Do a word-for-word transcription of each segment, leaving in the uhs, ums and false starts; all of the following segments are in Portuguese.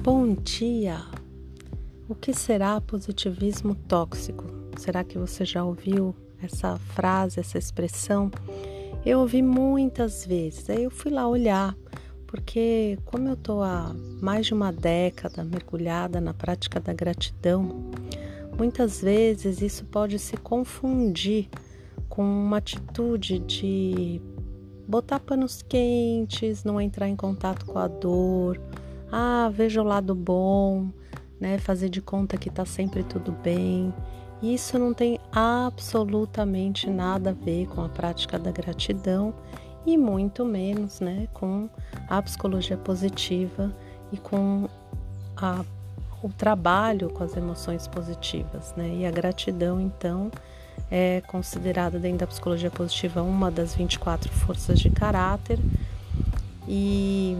Bom dia! O que será positivismo tóxico? Será que você já ouviu essa frase, essa expressão? Eu ouvi muitas vezes, aí eu fui lá olhar, porque como eu estou há mais de uma década mergulhada na prática da gratidão, muitas vezes isso pode se confundir com uma atitude de botar panos quentes, não entrar em contato com a dor, ah, veja o lado bom, né? Fazer de conta que está sempre tudo bem. Isso não tem absolutamente nada a ver com a prática da gratidão e muito menos, né, com a psicologia positiva e com a, o trabalho com as emoções positivas, né? E a gratidão, então, é considerada dentro da psicologia positiva uma das vinte e quatro forças de caráter e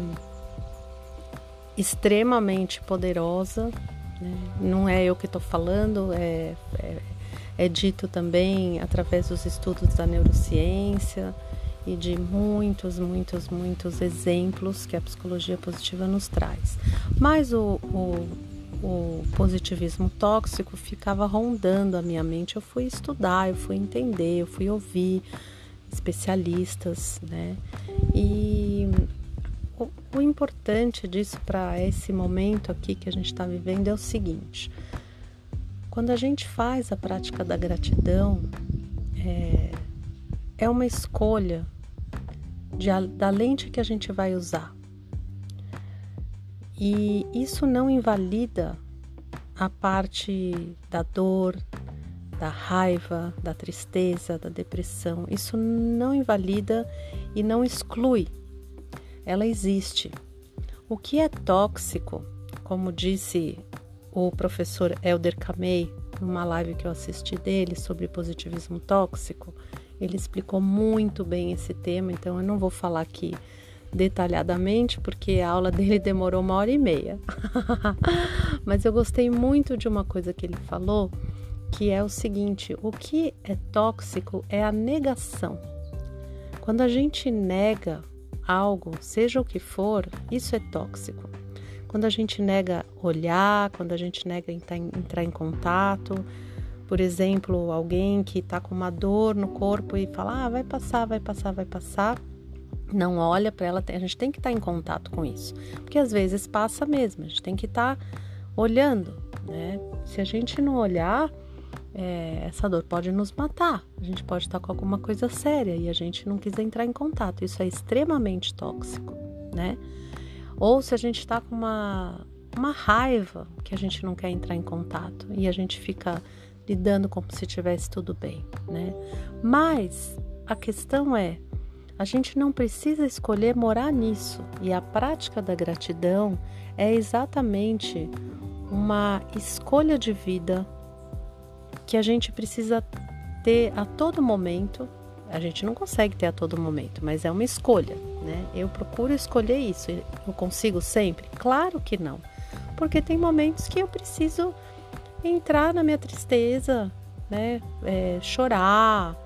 extremamente poderosa, né? Não é eu que estou falando, é, é, é dito também através dos estudos da neurociência e de muitos, muitos, muitos exemplos que a psicologia positiva nos traz. Mas o, o, o positivismo tóxico ficava rondando a minha mente. Eu fui estudar, eu fui entender, eu fui ouvir especialistas, né? E o, o importante disso para esse momento aqui que a gente está vivendo é o seguinte: quando a gente faz a prática da gratidão, é, é uma escolha de, da lente que a gente vai usar. E isso não invalida a parte da dor, da raiva, da tristeza, da depressão. Isso não invalida e não exclui. Ela existe. O que é tóxico, como disse o professor Helder Camey, numa live que eu assisti dele sobre positivismo tóxico, ele explicou muito bem esse tema, então eu não vou falar aqui detalhadamente, porque a aula dele demorou uma hora e meia. Mas eu gostei muito de uma coisa que ele falou, que é o seguinte: o que é tóxico é a negação. Quando a gente nega algo, seja o que for, isso é tóxico. Quando a gente nega olhar, quando a gente nega entrar em contato, por exemplo, alguém que está com uma dor no corpo e fala, ah, vai passar, vai passar, vai passar, não olha para ela, a gente tem que estar em contato com isso, porque às vezes passa mesmo, a gente tem que estar olhando, né? Se a gente não olhar, é, essa dor pode nos matar, a gente pode estar com alguma coisa séria e a gente não quis entrar em contato, isso é extremamente tóxico, né? Ou se a gente está com uma, uma raiva que a gente não quer entrar em contato e a gente fica lidando como se tivesse tudo bem, né? Mas a questão é, a gente não precisa escolher morar nisso, e a prática da gratidão é exatamente uma escolha de vida que a gente precisa ter a todo momento. A gente não consegue ter a todo momento, mas é uma escolha, né? Eu procuro escolher isso. Eu consigo sempre? Claro que não, porque tem momentos que eu preciso entrar na minha tristeza, né? É, chorar,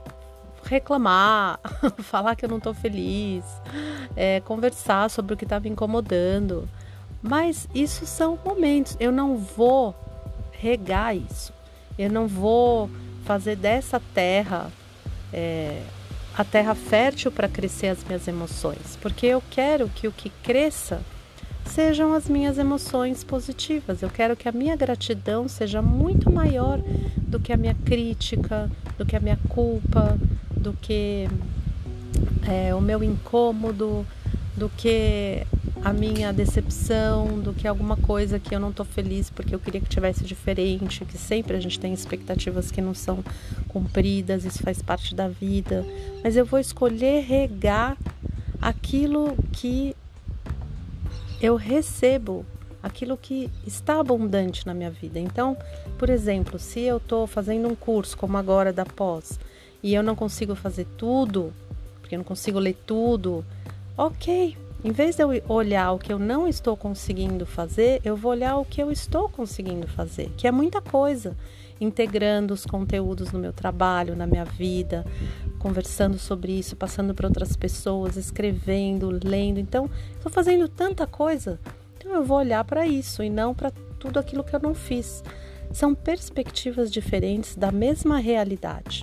reclamar, falar que eu não tô feliz, é, conversar sobre o que tá me incomodando. Mas isso são momentos. Eu não vou regar isso. Eu não vou fazer dessa terra é, a terra fértil para crescer as minhas emoções, porque eu quero que o que cresça sejam as minhas emoções positivas. Eu quero que a minha gratidão seja muito maior do que a minha crítica, do que a minha culpa, do que é, o meu incômodo, do que a minha decepção, do que alguma coisa que eu não estou feliz porque eu queria que tivesse diferente, que sempre a gente tem expectativas que não são cumpridas, isso faz parte da vida. Mas eu vou escolher regar aquilo que eu recebo, aquilo que está abundante na minha vida. Então, por exemplo, se eu estou fazendo um curso, como agora da pós, e eu não consigo fazer tudo, porque eu não consigo ler tudo, ok. Em vez de eu olhar o que eu não estou conseguindo fazer, eu vou olhar o que eu estou conseguindo fazer, que é muita coisa. Integrando os conteúdos no meu trabalho, na minha vida, conversando sobre isso, passando para outras pessoas, escrevendo, lendo. Então, estou fazendo tanta coisa Então eu vou olhar para isso e não para tudo aquilo que eu não fiz. São perspectivas diferentes da mesma realidade.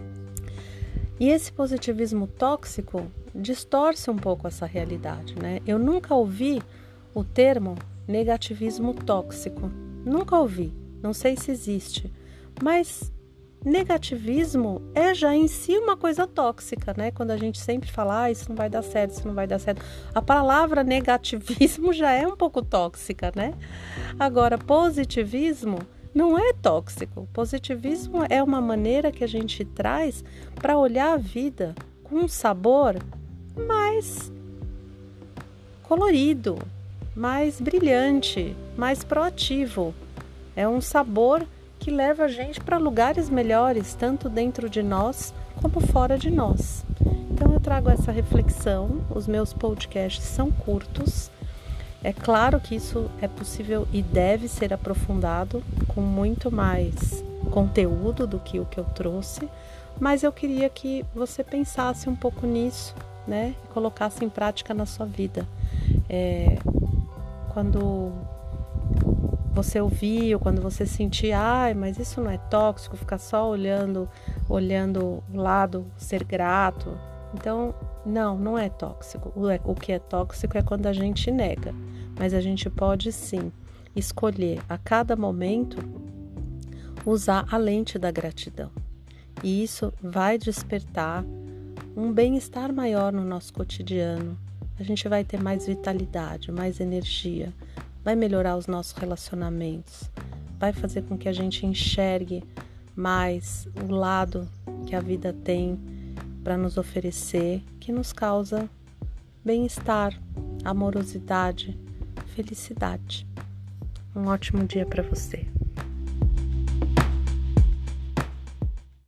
E esse positivismo tóxico distorce um pouco essa realidade, né? Eu nunca ouvi o termo negativismo tóxico. Nunca ouvi. Não sei se existe. Mas negativismo é já em si uma coisa tóxica, né? Quando a gente sempre fala, ah, isso não vai dar certo, isso não vai dar certo. A palavra negativismo já é um pouco tóxica, né? Agora, positivismo não é tóxico. Positivismo é uma maneira que a gente traz para olhar a vida com um sabor mais colorido, mais brilhante, mais proativo. É um sabor que leva a gente para lugares melhores, tanto dentro de nós como fora de nós. Então eu trago essa reflexão. Os meus podcasts são curtos. É claro que isso é possível e deve ser aprofundado com muito mais conteúdo do que o que eu trouxe, mas eu queria que você pensasse um pouco nisso, né? E colocasse em prática na sua vida. É, quando você ouvir ou quando você sentir, ai, mas isso não é tóxico, ficar só olhando, olhando o lado, ser grato. Então, não, não é tóxico. O que é tóxico é quando a gente nega. Mas a gente pode sim escolher a cada momento usar a lente da gratidão. E isso vai despertar um bem-estar maior no nosso cotidiano. A gente vai ter mais vitalidade, mais energia, vai melhorar os nossos relacionamentos, vai fazer com que a gente enxergue mais o lado que a vida tem para nos oferecer, que nos causa bem-estar, amorosidade, felicidade. Um ótimo dia para você.